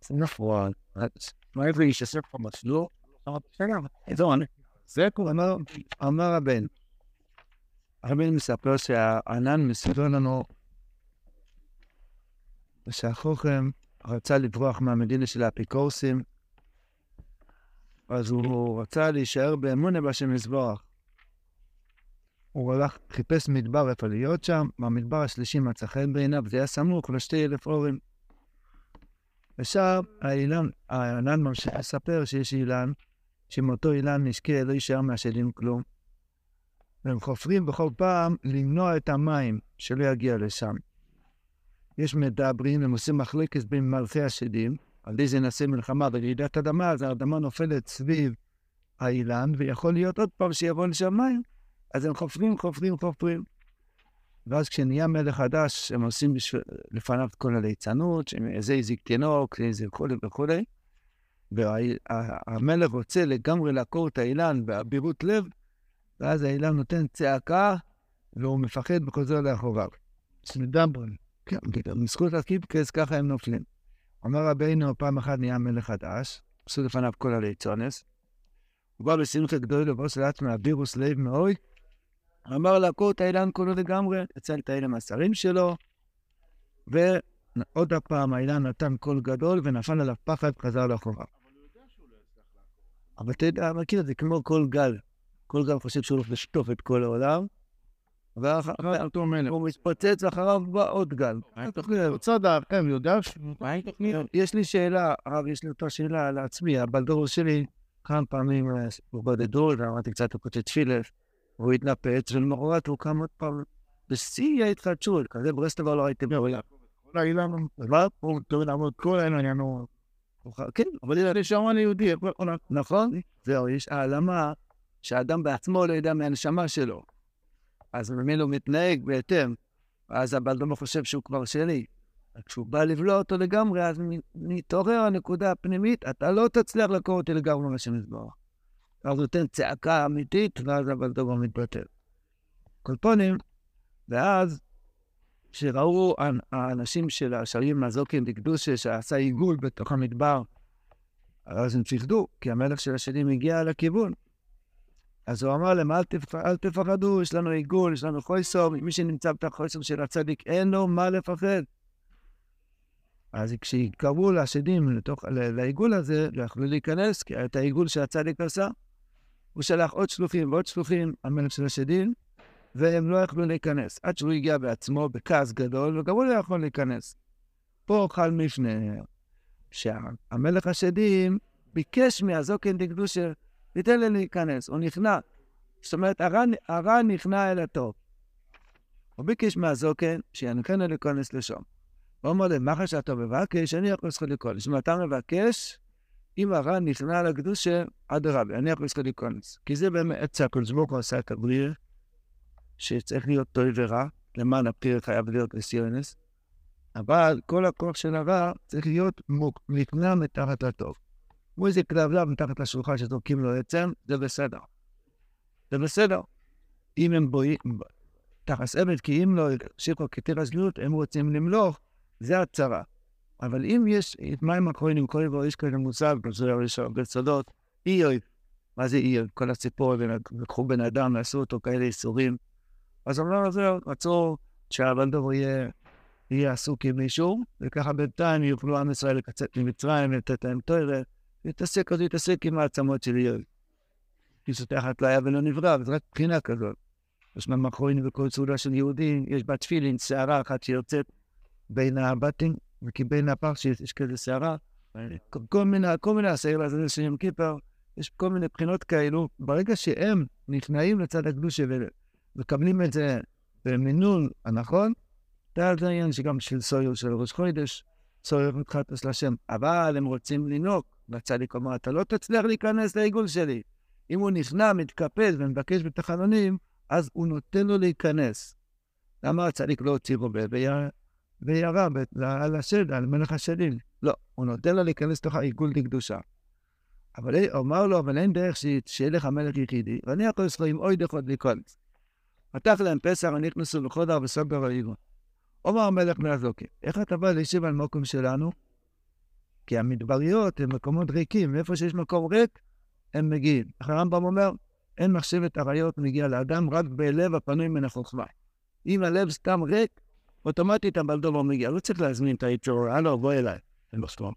נכון. מה איזה איש עשר פה מסלול? זה אמר הבן. הבן מספר שהענן מספר לנו שהחוכם רצה לברוח מהמדינה של האפיקורסים, אז הוא רצה להישאר באמונה בשם יזברך. הוא הלך, חיפש מדבר איפה להיות שם, מהמדבר השלישי מצא חן בעיניו, זה היה סמוך ל2,000 אורים. ושם הענן ממשיך לספר שיש אילן, שעם אותו אילן נשקה לא יישאר מהשדים כלום. והם חופרים בכל פעם למנוע את המים שלא יגיע לשם. יש מדברים, הם עושים מחלקת בין מלכי השדים, על ידי זה נעשה מלחמה ברעידת אדמה, אז האדמה נופלת סביב האילן, ויכול להיות עוד פעם שיבוא לשם מים, אז הם חופרים. ואז כשנהיה מלך חדש, הם עושים לפניו כל הליצנות, זה הזיק תינוק, זה וכו'. והמלך רוצה לגמרי לעקור את האילן באבירות לב, ואז האילן נותן צעקה, והוא מפחד וחוזר לאחוריו. סנדמברן. כן, בזכות הקיפקס, ככה הם נופלים. אומר רבינו, פעם אחת נהיה מלך חדש, עשו לפניו כל הליצונס, הוא בא בשמחה גדול לבוס לעצמו, הבירוס לב מאוי, אמר לעקור את האילן כולו לגמרי, יצא את האילן מהשרים שלו, ועוד הפעם האילן נתן קול גדול, ונפל עליו פחד, חזר לאחוריו. אבל אתה יודע, מכיר, זה כמו כל גל. כל גל חושב שהוא הולך לשטוף את כל העולם, ואחריו הוא מתפוצץ ואחריו בא עוד גל. צדק, הם יודע יש לי שאלה, הרב, יש לי אותה שאלה לעצמי, הבלדור שלי כמה פעמים הוא בדדור, ואמרתי קצת לקוטי תפילת, הוא התנפץ, ולמחרת הוא קם עוד פעם בשיא ההתחדשות, כזה ברסט אבל לא הייתי בעולם. כל האילן, מה? הוא תמיד לעמוד כל העניין, כן, אבל יש שעמן יהודי, נכון? זהו, יש העלמה שהאדם בעצמו לא יודע מהנשמה שלו. אז ממנו מתנהג בהתאם, אז הבלדור חושב שהוא כבר שלי. כשהוא בא לבלוע אותו לגמרי, אז מתעורר הנקודה הפנימית, אתה לא תצליח לקרוא אותי לגמרי מה שמסבור. אז הוא נותן צעקה אמיתית, ואז הבלדור מתבטל. כל פונים, ואז שראו האנשים של השרים מהזוקים בקדושה, שעשה עיגול בתוך המדבר, אז הם פחדו, כי המלך של השדים הגיע לכיוון. אז הוא אמר להם, אל תפחדו, יש לנו עיגול, יש לנו חויסור, מי שנמצא בתוך חויסור של הצדיק, אין לו מה לפחד. אז כשקראו לשדים לעיגול הזה, לא יכלו להיכנס, כי את העיגול שהצדיק עשה, הוא שלח עוד שלוחים ועוד שלוחים, המלך של השדים, והם לא יכלו להיכנס. עד שהוא הגיע בעצמו בכעס גדול, וגם הוא לא יכול להיכנס. פה חל מפנה, שהמלך השדים ביקש מהזוקן דקדושה, ניתן לי להיכנס, הוא נכנע. זאת אומרת, הרע נכנע אל הטוב. הוא ביקש מהזוקן שינכן להיכנס לשם. הוא אומר להם, מה שאתה מבקש, אני יכול לך להיכנס. אם אתה מבקש, אם הרע נכנע לקדושה, עד הרבי, אני יכול לך להיכנס. כי זה באמת שהקדוש ברוך הוא עשה את הבריאה, שצריך להיות טוב ורע, למען הבריאה חייב להיות לסיונס, אבל כל הכוח של הרע צריך להיות נכנע מתחת לטוב. כמו איזה כלבלב מתחת לשולחן שזורקים לו עצם, זה בסדר. זה בסדר. אם הם בואים, תחס אמת, כי אם לא שיקו כתיר הסגלות, הם רוצים למלוך, זה הצרה. אבל אם יש את מים אחרונים, כל דבר יש כזה מושג, בסודות, אי-אויב. מה זה אי-אויב? כל הסיפור, לקחו בן אדם, עשו אותו כאלה איסורים. אז אמרו לזה, רצו שהבלדור יהיה עסוק עם מישהו, וככה בינתיים יוכלו עם ישראל לקצת ממצרים, לתת להם תואר, להתעסק עם העצמות של איוב. כי שותחת לא היה ולא נברא, וזו רק בחינה כזאת. יש מאחורינו בכל סעודה של יהודים, יש בה תפילין, שערה אחת שיוצאת בין הבטים, וכי בין הפרש יש כזה שערה. כל מיני השעיר הזה של יום כיפר, יש כל מיני בחינות כאלו. ברגע שהם נכנעים לצד הקדושה ומקבלים את זה במינון הנכון, זה העניין שגם של סויר של ראש חודש, סויר מתחת לשם, אבל הם רוצים לנהוג. והצדיק אומר, אתה לא תצליח להיכנס לעיגול שלי. אם הוא נכנע, מתקפל ומבקש בתחנונים, אז הוא נותן לו להיכנס. למה הצדיק לא הוציא רובה וירה על השד, על מלך השדים? לא, הוא נותן לו להיכנס לתוך העיגול לקדושה. אבל אומר לו, אבל אין דרך שיהיה לך מלך יחידי, ואני יכול לסחור עם אוי דחות להיכנס. פתח להם פסח, נכנסו לחודר וסוגר העיגול. אומר המלך מהזוקים, איך אתה בא להישב על מקום שלנו? כי המדבריות הם מקומות ריקים, ואיפה שיש מקום ריק, הם מגיעים. הרמב"ם אומר, אין מחשבת עריות מגיע לאדם רק בלב הפנוי מן החוכמה. אם הלב סתם ריק, אוטומטית הבלדו לא מגיע. לא צריך להזמין את היצור, הלו, בוא אליי. אין לו סתום.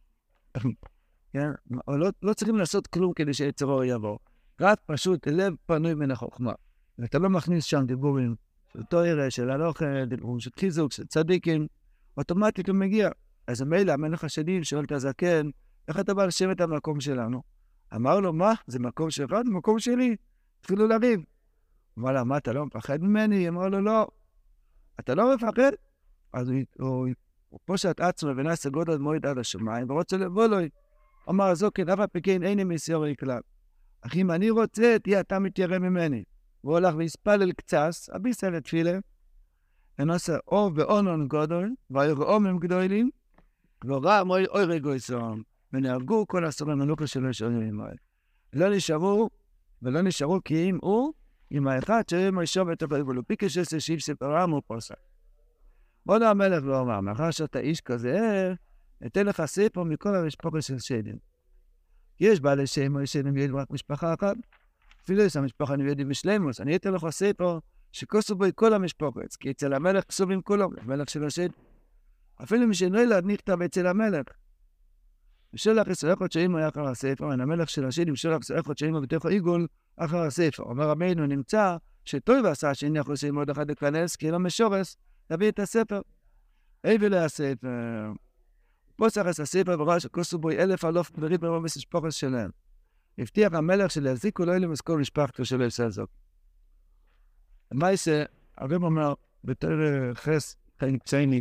לא צריכים לעשות כלום כדי שהיצור יבוא. רק פשוט לב פנוי מן החוכמה. ואתה לא מכניס שם דיבורים של תורה, של הלוכה, דיבורים של חיזוק, של צדיקים, אוטומטית הוא מגיע. אז מילא, המלך השני שואל את הזקן, איך אתה בא לשבת המקום שלנו? אמר לו, מה? זה מקום שלך? זה מקום שלי. התחילו לריב. אמר לה, מה, אתה לא מפחד ממני? אמר לו, לא. אתה לא מפחד? אז הוא פושט עצמו ונעשה גודל מועד עד השמיים, ורוצה לבוא לו. אמר, אז אוקיי, אף הפיקין איני מסיורי כלל. אך אם אני רוצה, תהיה אתה מתיירא ממני. והוא הולך והספלל קצס, הביסה לתפילה, ונעשה אור ואונון גודל, והיו רעומים גדולים, ורע מוי אוי רגוי סורם, ונהרגו כל הסורים הנוקו שלו שעונים האלה. ולא נשארו כי אם הוא, עם האחד שהם ראשון ותפלגו לו, פי כשסר שיב ספרם הוא פוסק. עוד המלך לא אמר, מאחר שאתה איש כזה, אתן לך ספר מכל המשפחה של שדים. יש בעלי שם או שדים יודעים רק משפחה אחת, אפילו יש המשפחה יודעים בשלמוס, אני אתן לך ספר שכוסו בו כל המשפחות, כי אצל המלך כסובים כולם, המלך של השד. אפילו מי שנולד נכתב אצל המלך. ושלח ישראל חודשיים היה אחר הספר, המלך של השד, ושלח ישראל חודשיים בתוך העיגול אחר הספר. אומר רבינו, נמצא שטוב עשה שאין יכול שיהיה מאוד אחד להיכנס, כי לא משורס, להביא את הספר. הביא לה הספר. פוסח את הספר וראה שכוסו בו 1,000 אלוף דברית ברומס משפחת שלהם. הבטיח המלך שלהזיקו לא יהיה למזכור משפחתו שלו יעשה זאת. מה יעשה? הרב אומר, בתור חס, צייני,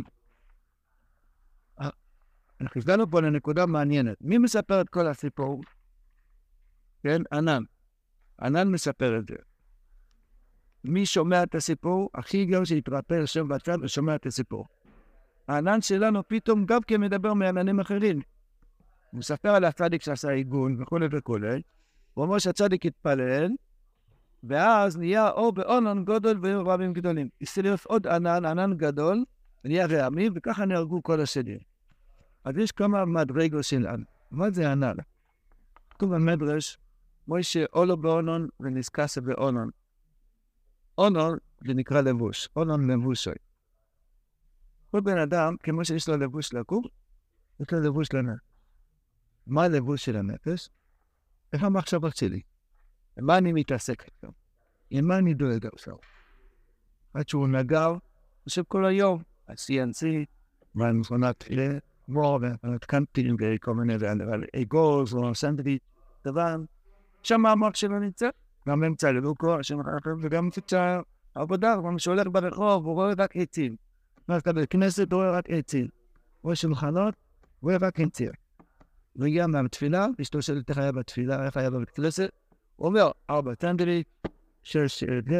אנחנו הגענו פה לנקודה מעניינת. מי מספר את כל הסיפור? כן, ענן. ענן מספר את זה. מי שומע את הסיפור? הכי גר שהתרפא לשם בצד ושומע את הסיפור. הענן שלנו פתאום גם כן מדבר מעננים אחרים. הוא מספר על הצדיק שעשה עיגון וכו' וכו'. הוא אומר שהצדיק התפלל, ואז נהיה אור באונן גדול והיו רבים גדולים. הסתלף עוד ענן גדול, נהיה רעמים, וככה נהרגו כל השדים. אז יש כמה מדרגות של ענן. מה זה ענן? כתוב במדרש, מוישה אולו באונן ונזכסה באונן. אונן זה נקרא לבוש, אונן לבושוי. כל בן אדם, כמו שיש לו לבוש לקום, יש לו לבוש לנפש. מה הלבוש של הנפש? איך המחשבות שלי? עם מה אני מתעסק איתו? עם מה אני דואג עכשיו? עד שהוא נגר, חושב כל היום, ה-CNC, והמכונת תפילה, ומכונת קנטים וכל מיני אגוז, או סנדוויץ', דבר. שם המוח שלו נמצא, גם באמצע ללוקו, השם אחר, וגם נמצא עבודה, גם שהולך ברחוב, הוא רואה רק עצים. אז בכנסת הוא רואה רק עצים. רואה שולחנות, הוא רואה רק עצים. הוא הגיע מהתפילה, אשתו של איך היה בתפילה, איך היה בבית כנסת, הוא אומר, 4 סנדוויץ', 6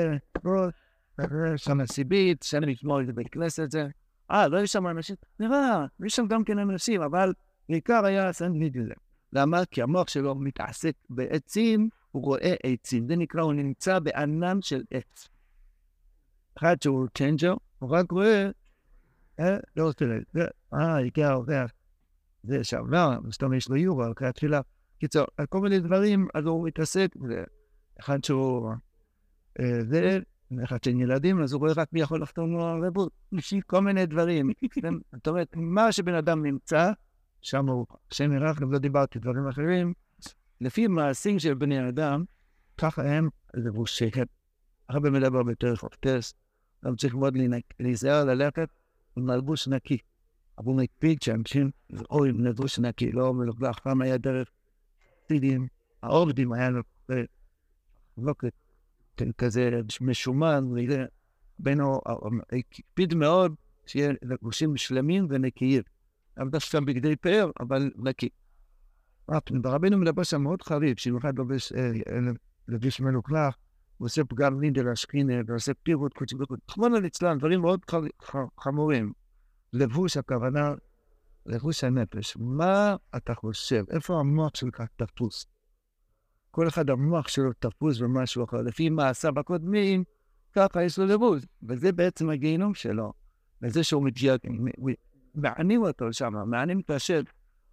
שם סיבית, סנדוויץ' מול בבית כנסת זה. לא יש שם אנשים, נראה, יש שם גם כן אנשים, אבל בעיקר היה סנדוויץ' הזה. למה? כי המוח שלו מתעסק בעצים, הוא רואה עצים, זה נקרא, הוא נמצא בענן של עץ. אחד שהוא צ'יינג'ר, הוא רק רואה, לא רוצה לזה, הגיע העובד, זה שעבר, מסתום יש לו יורו, אחרי התפילה. קיצור, על כל מיני דברים, אז הוא מתעסק, אחד שהוא, זה, אחד שאין ילדים, אז הוא רואה רק מי יכול לחתום לו רבות, כל מיני דברים. זאת אומרת, מה שבן אדם נמצא, שם הוא, שם ירח, גם לא דיברתי דברים אחרים, לפי מעשים של בני אדם, ככה הם לבושים. הרבה מדבר בתוך טסט, גם צריך מאוד להיזהר ללכת עם לבוש נקי. אבל הוא מקפיד שאנשים, או עם לבוש נקי, לא מלוכלך, פעם היה דרך סידים, העובדים היה לא כזה משומן, בינו, הקפיד מאוד שיהיה לבושים שלמים ונקיים. אבל דווקא בגדי פאר, אבל נקי. ברבינו מדבר שם מאוד חריף, שבמיוחד לבוש מלוכלך, הוא עושה פגם נידל השכינה, ועושה פירות קוצים וקוצים. חמונה ליצלן, דברים מאוד חמורים. לבוש הכוונה, לבוש הנפש. מה אתה חושב? איפה המוח שלך תפוס? כל אחד המוח שלו תפוס במשהו אחר. לפי מה עשה בקודמים, ככה יש לו לבוש. וזה בעצם הגיהנום שלו. וזה שהוא מענים אותו שם, מענים את השד.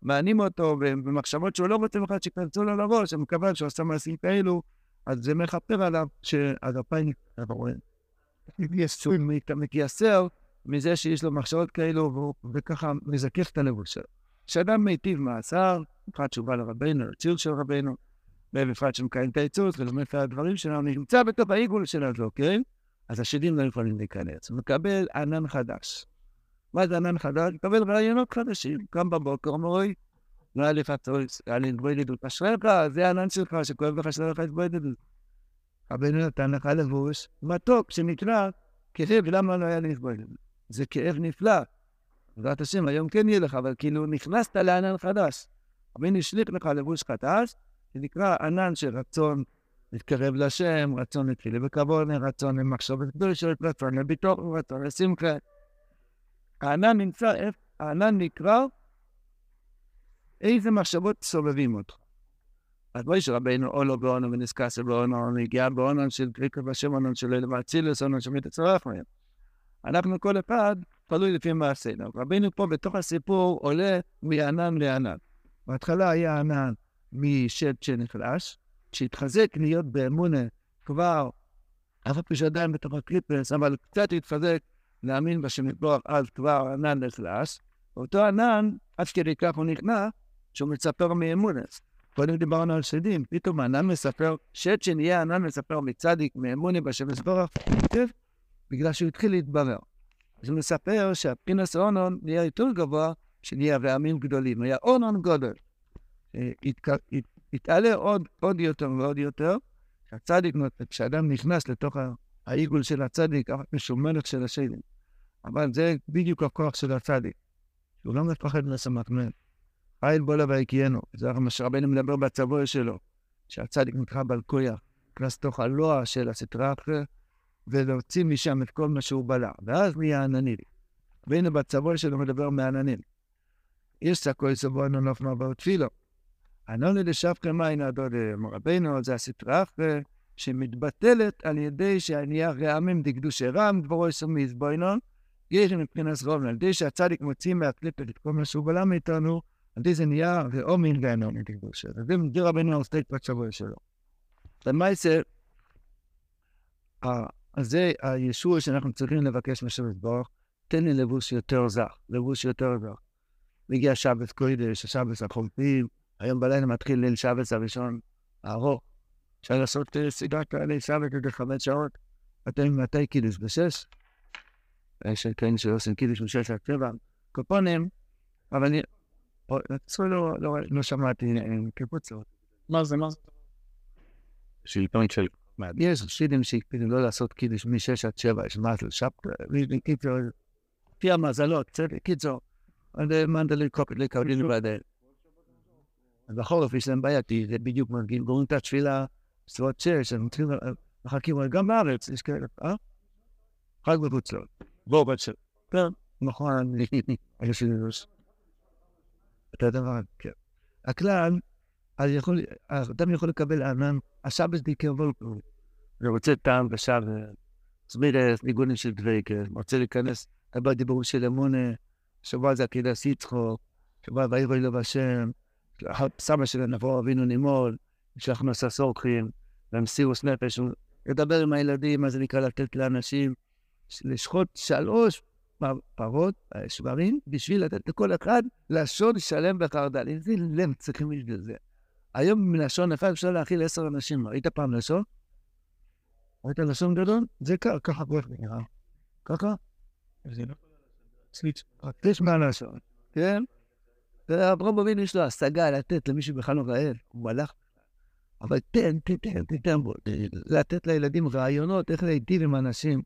מענים אותו במחשבות שהוא לא רוצה בכלל שכנסו לו לראש, הוא מקבל שהוא עושה מעשים כאלו, אז זה מכפר עליו שהגפיים, אתה רואה, שהוא מתייסר מזה שיש לו מחשבות כאלו, וככה מזכך את הלבוש שלו. שאדם מיטיב מעשר, בפרט שהוא בא לרבינו, לציור של רבינו, ובפרט שמקיים את העצות ולומד את הדברים שלנו, נמצא בתוך העיגול שלנו, כן? אז השדים לא יכולים להיכנס. הוא מקבל ענן חדש. מה זה ענן חדש? מקבל רעיונות חדשים. קם בבוקר, אומרי, לא היה לך להתבודדות. אשריך, זה הענן שלך, שכואב לך שלא לך להתבודדות. רבינו נתן לך לבוש מתוק, שנקרא כאב, למה לא היה להתבודדות? זה כאב נפלא. בעזרת השם, היום כן יהיה לך, אבל כאילו נכנסת לענן חדש. רבינו השליך לך לבוש חדש, שנקרא ענן של רצון להתקרב לשם, רצון להתחיל בכבוד, רצון למחשבת קדושות, רצון לביטוח, רצון לשמחה. הענן נמצא, הענן נקרא איזה מחשבות סובבים אותך. אז בואי שרבינו או לא בעונן ונזכס בעונן, או נגיע בעונן של קריקה בשם עונן של אלה מהצילוס, עונן שמית הצורך מהם. אנחנו כל אחד תלוי לפי מעשינו. רבינו פה בתוך הסיפור עולה מענן לענן. בהתחלה היה ענן משד שנחלש, שהתחזק להיות באמונה כבר, אף פעם שעדיין בתוך הקליפס, אבל קצת התחזק להאמין בשם יתברך, אז כבר ענן נחלש. ואותו ענן, עד כדי כך הוא נכנע, שהוא מספר מאמונס. קודם דיברנו על שדים, פתאום ענן מספר, שד שנהיה ענן מספר מצדיק, מאמונה בשם יתברך, בגלל שהוא התחיל להתברר. אז הוא מספר שהפינס אונון נהיה יותר גבוה, שנהיה רעמים גדולים, היה אונון גודל. יתעלה עוד יותר ועוד יותר, שהצדיק, כשאדם נכנס לתוך העיגול של הצדיק, משומנת של השדים. אבל זה בדיוק הכוח של הצדיק. הוא לא מפחד לסמך מהם. חיל בולה ויקיינו. זה מה שרבינו מדבר בצבוע שלו, שהצדיק נקרא בלקויה, נכנס לתוך הלוע של הסטרה אחרי, ולהוציא משם את כל מה שהוא בלע. ואז נהיה עננים. והנה בצבוע שלו מדבר מעננים. יש סקוי סבוע נונוף מעבר תפילו. ענוני לשפכם מים הדוד רבינו, זה הסטרה אחרי, שמתבטלת על ידי שהנהיה רעמים דקדושי רם, דברו יסו מזבוינון, יש מבחינת רוב, על ידי שהצדיק מוציא מהקליפת את כל מה שהוא בלע מאיתנו, על ידי זה נהיה רעומים גאנון דקדושי. זה מדיר רבינו על סטייק בצבוע שלו. למעשה, אז זה הישוע שאנחנו צריכים לבקש משם יתברך, תן לי לבוש יותר זך, לבוש יותר זך. מגיע שבת קודש, השבת החולפים, היום בלילה מתחיל ליל שבת הראשון הארוך. אפשר לעשות סדרה כאלה, שבת עד 5 שעות. אתם מתי קידוש? ב6? יש כאלה שעושים קידוש ב6 עד 7. קופונים, אבל אני... לא שמעתי קיבוצות. מה זה? שלטון של... יש שידים שהקפידו לא לעשות קידוש מ6 עד 7, יש מזל שבת, לפי המזלות, קיצור. מנדלי קופית לקבלים בעדיין. אז בחורף יש להם בעייתי, זה בדיוק מרגיל, גורמים את התפילה, סביבות 6, הם מתחילים לחכים, גם בארץ, יש כאלה, חג בבוצלות. בואו בצל. כן, נכון, אני שלירוס. אתה יודע, כן. הכלל, אדם יכול לקבל ענן, השבס דיקרבול, ורוצה טעם בשב, סבירת, ניגונים של דוויקר, רוצה להיכנס, הבא דיבור של אמונה, שבוע זה עקידה סיצחו, שבוע ואירוי לו בשם, סבא של נבוא אבינו נימול, שלחנו עשה סורכים, והמסירוס נפש, הוא ידבר עם הילדים, מה זה נקרא לתת לאנשים, לשחוט 3 פרות, שברים, בשביל לתת לכל אחד לשון שלם וחרדל. איזה לב צריכים בשביל זה. היום מלשון אחד אפשר להכיל 10 אנשים. ראית פעם לשון? ראית לשון גדול? זה ככה בואך נראה. ככה? זה לא סליץ. יש מה לשון, כן? ואברהם אבינו יש לו השגה לתת למישהו בכלל לא רעב, הוא מלאך. אבל תן בו, לתת לילדים רעיונות, איך להיטיב עם אנשים.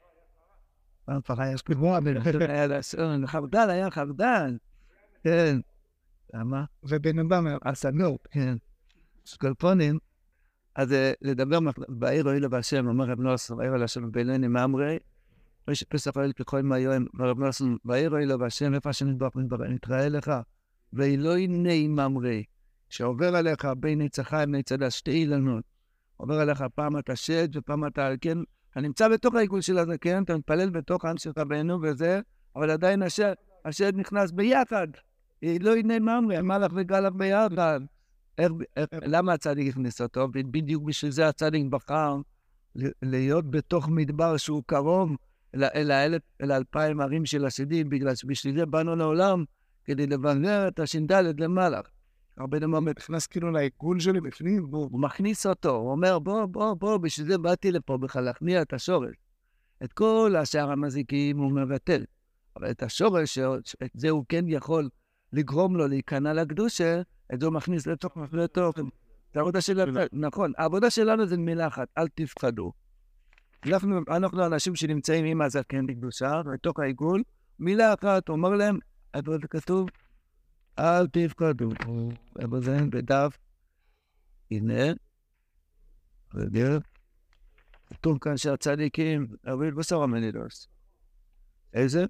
פעם פחה היה ספיבוע, היה לשון, חרדל היה חרדל. כן. למה? ובן אדם הסגור, כן. סקולפונים, אז לדבר בעיר אוהלה בהשם, אומר רב נוסון, בעיר אוהלה בהשם בינני מאמרי, יש פסח אוהל ככל מהיום, רב נוסון, בעיר אוהלה בהשם, איפה השם נדבך נתראה לך, ואלוהי נאי מאמרי, שעובר עליך בין נצחיים נצדה 2 אילנות, עובר עליך פעם אתה שד ופעם אתה, כן, אתה נמצא בתוך העיגול של הזה, כן, אתה מתפלל בתוך עם של רבנו וזה, אבל עדיין השד נכנס ביחד, לא הנה ממרי, מלאך וגלח ביחד. למה הצדיק הכניס אותו? בדיוק בשביל זה הצדיק בחר להיות בתוך מדבר שהוא קרוב אל 2,000 ערים של הסידים, בגלל שבשביל זה באנו לעולם, כדי לבנר את הש"ד למלאך. הרבה דמר נכנס כאילו לעיגול שלי בפנים, הוא מכניס אותו, הוא אומר בוא, בשביל זה באתי לפה בכלל להכניע את השורש. את כל השאר המזיקים הוא מבטל, אבל את השורש, את זה הוא כן יכול לגרום לו להיכנע לקדושה, את זה הוא מכניס לתוך. העבודה שלנו, נכון, העבודה שלנו זה מילה אחת, אל תפחדו. אנחנו אנשים שנמצאים עם הזקן בקדושה, בתוך העיגול, מילה אחת, אומר להם, אבל זה כתוב, אל תפחדו. אבל זה בדף, הנה, רגע, כתוב כאן שהצדיקים, אבל בסדר המנידוס. איזה?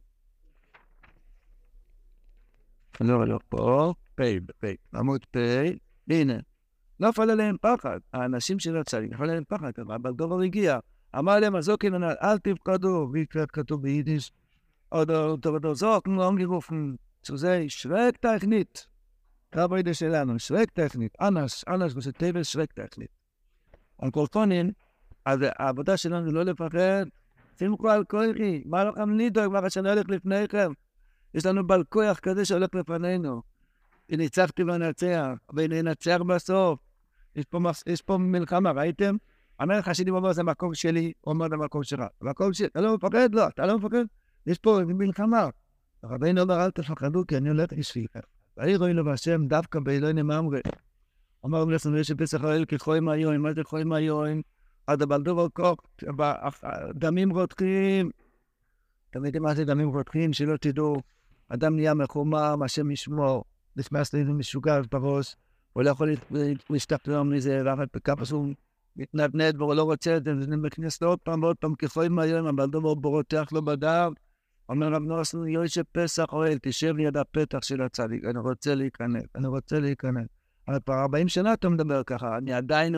לא, פה, פי, עמוד פי, הנה. נפל עליהם פחד, האנשים של הצדיק, נפל עליהם פחד, אבל דובר הגיע, אמר להם, הזוקין, אל תפחדו, וכתוב ביידיש, oder so, angerufen zu sehen, Schrecktechnik. Arbeiter שלנו, Schrecktechnik. אנש, זה טבע Schrecktechnik. על כל פונים, אז העבודה שלנו לא לפחד, שימו על כוחי, מה לכם לדאוג, מה שאני הולך לפניכם? יש לנו בעל כוח כזה שהולך לפנינו. וניצחתי ונצח, וננצח בסוף. יש פה מלחמה, ראיתם? המלך השני אומר, זה מקום שלי, אומר זה מקום שלך. המקום שלי, אתה לא מפחד? לא, אתה לא מפחד? יש פה מלחמה. רבינו אומר, אל תפחדו, כי אני הולך בשבילכם. ויראו אלוהים בהשם דווקא באלוהים ממרי. אמר לנו יש פסח האל כחויים היום, מה זה חויים היום? עד הבלדובר כוח, דמים רותחים. אתם יודעים מה זה דמים רותחים? שלא תדעו, אדם נהיה מחומם, השם ישמור, נכנס לאיזה משוגע בראש, הוא לא יכול להשתחרר מזה, ואחד בכמה שהוא מתנדנד והוא לא רוצה את זה, וזה מכנס לו עוד פעם, כחויים היום, הבלדובר בורותח לו בדף, אומר רב נוסן, יושב פסח אוהל, תשב ליד הפתח של הצדיק, אני רוצה להיכנס. אבל כבר 40 שנה אתה מדבר ככה, אני עדיין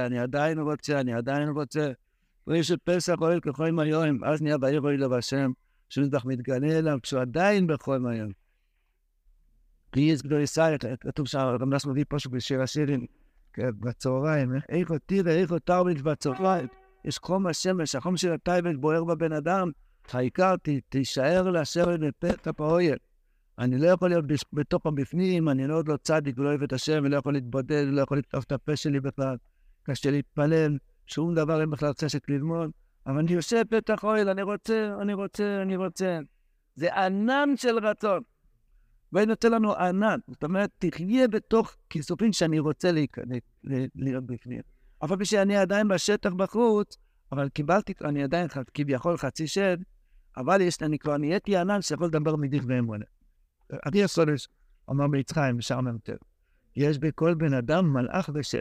רוצה. ויושב פסח אוהל כחויים היום, אז נהיה ויראו אלוהים בהשם, שמזבח מתגלה אליו, כשהוא עדיין בחויים היום. ויש גדול ישראל, כתוב שהרב נוסן מביא פשוט בשיר השירים, בצהריים, איך תרביץ בצהריים, יש חום השמש, החום של הטייבט בוער בבן אדם, העיקר תישאר לאשר לפתח האוהל. אני לא יכול להיות בתוך הבפנים, אני עוד לא צדיק ולא אוהב את השם, ולא יכול להתבודד, לא יכול לפתוח את הפה שלי בכלל, קשה להתפלל, שום דבר אין בכלל צשק ללמוד, אבל אני יושב פתח האוהל, אני רוצה. זה ענן של רצון. ואין נותן לנו ענן, זאת אומרת, תחיה בתוך כיסופים שאני רוצה להיות בפנים. אבל כשאני עדיין בשטח בחוץ, אבל קיבלתי, אני עדיין כביכול חצי שד, אבל אני כבר נהייתי ענן שיכול לדבר מדברי אמונה. אני הסודש, אמר ביצחיים, שם יותר. יש בכל בן אדם מלאך ושד.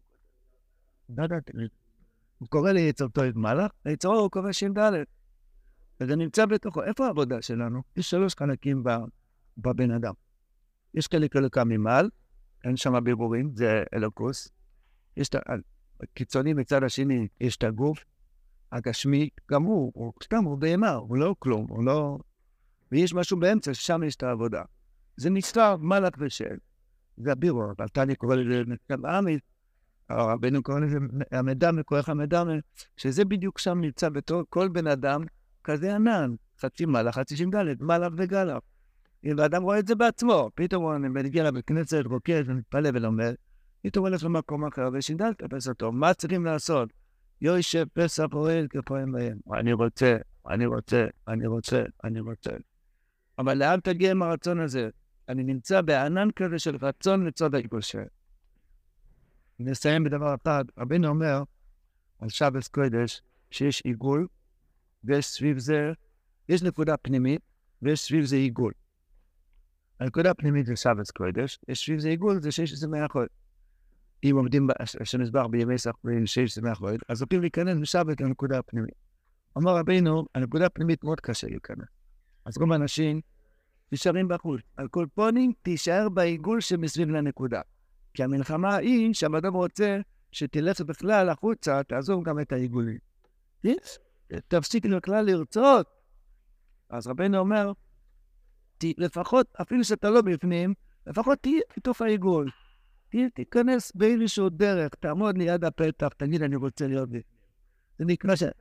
הוא קורא ליצרתו את מלאך, ליצרו הוא קורא ש"ד. וזה נמצא בתוכו. איפה העבודה שלנו? יש 3 חלקים בבן אדם. יש חלקה ממעל, אין שם בירורים, זה אלוקוס. יש את הקיצוני מצד השני, יש את הגוף, הגשמי, גם הוא בהמה, הוא לא כלום, הוא לא... ויש משהו באמצע, ששם יש את העבודה. זה נצטר מלאך ושד. זה הבירור, אבל תני קורא לזה נקרא עמית, רבינו קורא לזה המדמה, כוח המדמה, שזה בדיוק שם נמצא בתור כל בן אדם, כזה ענן, חצי מלאך, חצי ש"ד, מלאך וגלח. אם האדם רואה את זה בעצמו, פתאום הוא מגיע לבכנסת, רוקד ומתפלא ולומד, פתאום הולך למקום אחר, וש"ד תפס אותו. מה צריכים לעשות? יושב פסח אוהל כפוהם בהם. אני רוצה. אבל לאן תגיע עם הרצון הזה? אני נמצא בענן כזה של רצון לצוד הקדושה. נסיים בדבר אחד. רבינו אומר על שבת קודש שיש עיגול, ויש סביב זה, יש נקודה פנימית, ויש סביב זה עיגול. הנקודה הפנימית זה שבת קודש, יש סביב זה עיגול, זה 16 חודש. אם עומדים שנסבר בימי סחרין 16 חודש, אז הולכים להיכנס בשבת לנקודה הפנימית. אומר רבינו, הנקודה הפנימית מאוד קשה להיכנס. אז גם אנשים נשארים בחוץ. על כל פונים תישאר בעיגול שמסביב לנקודה. כי המלחמה היא שהאדם רוצה שתלך בכלל החוצה, תעזור גם את העיגולים. תפסיק בכלל לרצות. אז רבינו אומר, לפחות אפילו שאתה לא בפנים, לפחות תהיה בתוך העיגול. תיכנס באיזשהו דרך, תעמוד ליד הפתח, תגיד אני רוצה להיות בי. זה נקרא ש...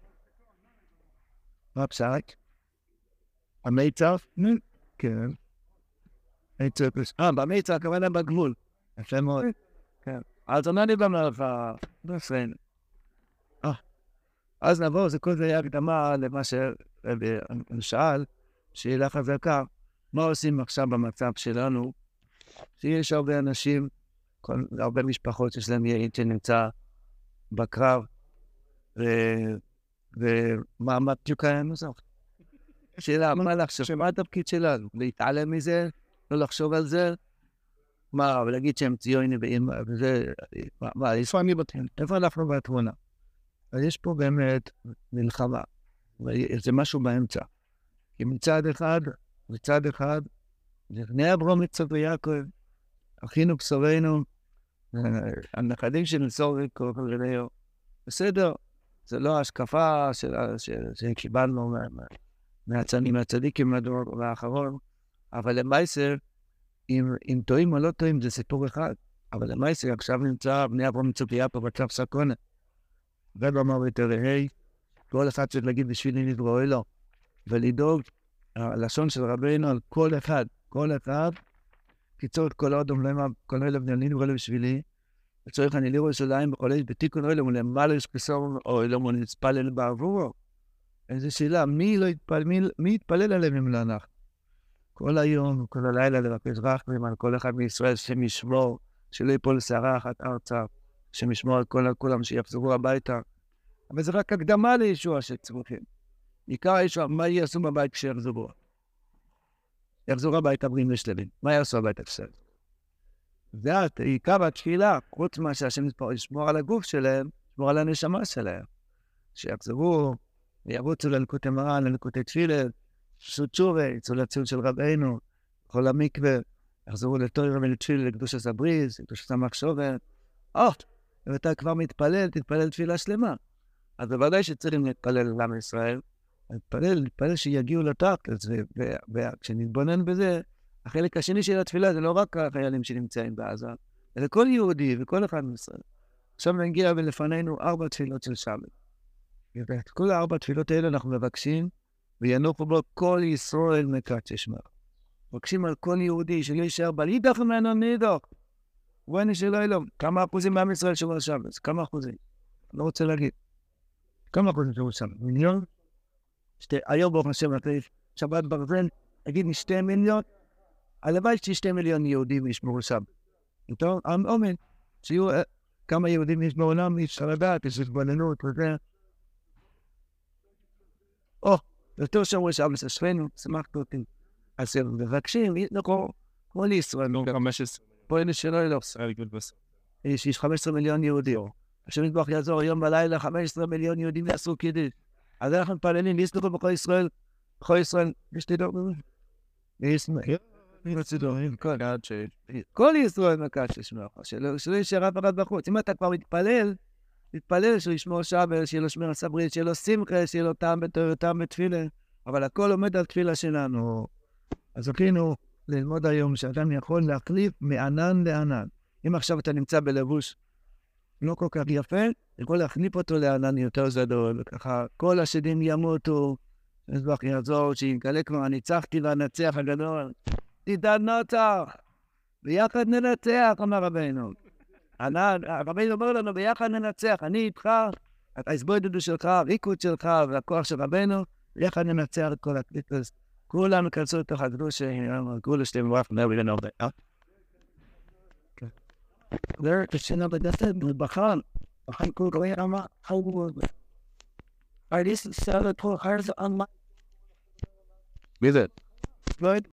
מה פשק? המיצר? כן. במיצר הכוונה בגבול. יפה מאוד. כן. אז אני גם לך, בסדר. אז נבוא, זה כל זה היה הקדמה למה ששאל, שאלה חזקה, מה עושים עכשיו במצב שלנו, שיש הרבה אנשים, הרבה משפחות שיש להם יעיד שנמצא בקרב, ומה בדיוק היה נוסף? שאלה, מה לחשוב? מה התפקיד שלנו? להתעלם מזה? לא לחשוב על זה? מה, ולהגיד שהם ציונים וזה, איפה אני בתמונה? איפה אנחנו בתמונה? אז יש פה באמת מלחמה, וזה משהו באמצע. כי מצד אחד, לפני אברהם, יצחק ויעקב, אחינו בשרנו, הנכדים של נצור וקוראים, בסדר, זה לא השקפה שקיבלנו מהצדיקים לדור האחרון, אבל למעשה, אם טועים או לא טועים, זה סיפור אחד. אבל למעשה, עכשיו נמצא בני אברהם יצחק ויעקב במצב סכנה. ואמר ותראה, כל אחד צריך להגיד בשבילי נברוא אלו, ולדאוג, הלשון של רבינו על כל אחד, קיצור את כל האדם, כל הלב נעלין ולא בשבילי, וצריך אני לירו ירושלים בכל איש בתיקון אלו, ולמעלה יש כסור או אלו נצפלל בעבורו. איזו שאלה, מי יתפלל עליהם אם לא אנחנו? כל היום, כל הלילה לבקש רחמים על כל אחד מישראל שמשמור, שלא ייפול שערה אחת ארצה, שמשמור על כולם שיחזרו הביתה. אבל זה רק הקדמה לישוע שצריכים. עיקר הישוע, מה יעשו בבית כשיחזרו? יחזרו הביתה בריאים ושלמים. מה יעשו הביתה כשלמים? זה עיקר התפילה, חוץ מה שהשם ישמור על הגוף שלהם, ישמור על הנשמה שלהם. שיחזרו, ירוצו ללקוטי מרן, ללקוטי תפילה, תשובה, יצאו לציון של רבינו, כל המקווה, יחזרו לתורה ולתפילה, לקדושת הבריז, לקדושת המחשבת. ואתה כבר מתפלל, תתפלל תפילה שלמה. אז בוודאי שצריכים להתפלל לעם ישראל, להתפלל שיגיעו לתחת, וכשנתבונן בזה, החלק השני של התפילה זה לא רק החיילים שנמצאים בעזה, אלא כל יהודי וכל אחד מישראל. עכשיו נגיע ולפנינו 4 תפילות של שבת. ואת כל 4 תפילות האלה אנחנו מבקשים, וינוחו בו כל ישראל מקדש שמך. מבקשים על כל יהודי שלא יישאר בלידך ממנו נידך. ואני שלא אלום. כמה אחוזים בעם ישראל שומר שבת? כמה אחוזים? לא רוצה להגיד. כמה אחוזים שומר שבת? מיליון? היום ברוך השם נתן שבת ברזל, תגיד לי 2 מיליון? הלוואי ש2 מיליון יהודים ישמרו שבת. טוב? אמן. שיהיו כמה יהודים יש בעולם, יש לדעת, יש התבוננות וזה. יותר שומרי שבת אשרינו, שמחת אותי. אז הם מבקשים, כמו לישראל. לא 15. פה אין שלא ילוס. יש 15 מיליון יהודים. השם יתברך יעזור היום בלילה, 15 מיליון יהודים יעשו קידוש. אז אנחנו מתפללים, יסלחו בכל ישראל, יש תדעו בזה? כל ישראל מקדש שמך, שלא יישאר אף אחד בחוץ. אם אתה כבר מתפלל שהוא ישמור שבת, שיהיה לו שמירת הברית, שיהיה לו שמחה, שיהיה לו טעם בתורה, טעם בתפילה, אבל הכל עומד על תפילה שלנו. אז זכינו ללמוד היום שאדם יכול להחליף מענן לענן. אם עכשיו אתה נמצא בלבוש לא כל כך יפה, יכול להחליף אותו לענן יותר גדול, וככה כל השדים ימותו, יזבח יעזור, שיגלה כבר הניצחתי והנצח הגדול. תדע נצח, ביחד ננצח, אמר רבינו. רבינו אומר לנו, ביחד ננצח, אני איתך, ההסבודדות שלך, הריקוד שלך, והכוח של רבינו, ביחד ננצח את כל הקליפס. כולם יכנסו לתוך הקדושה, כולה שלהם ורח נראה לנו הרבה. there כשנה בדסת, בחן כל גוי רמה, I just said it for her on my... With it.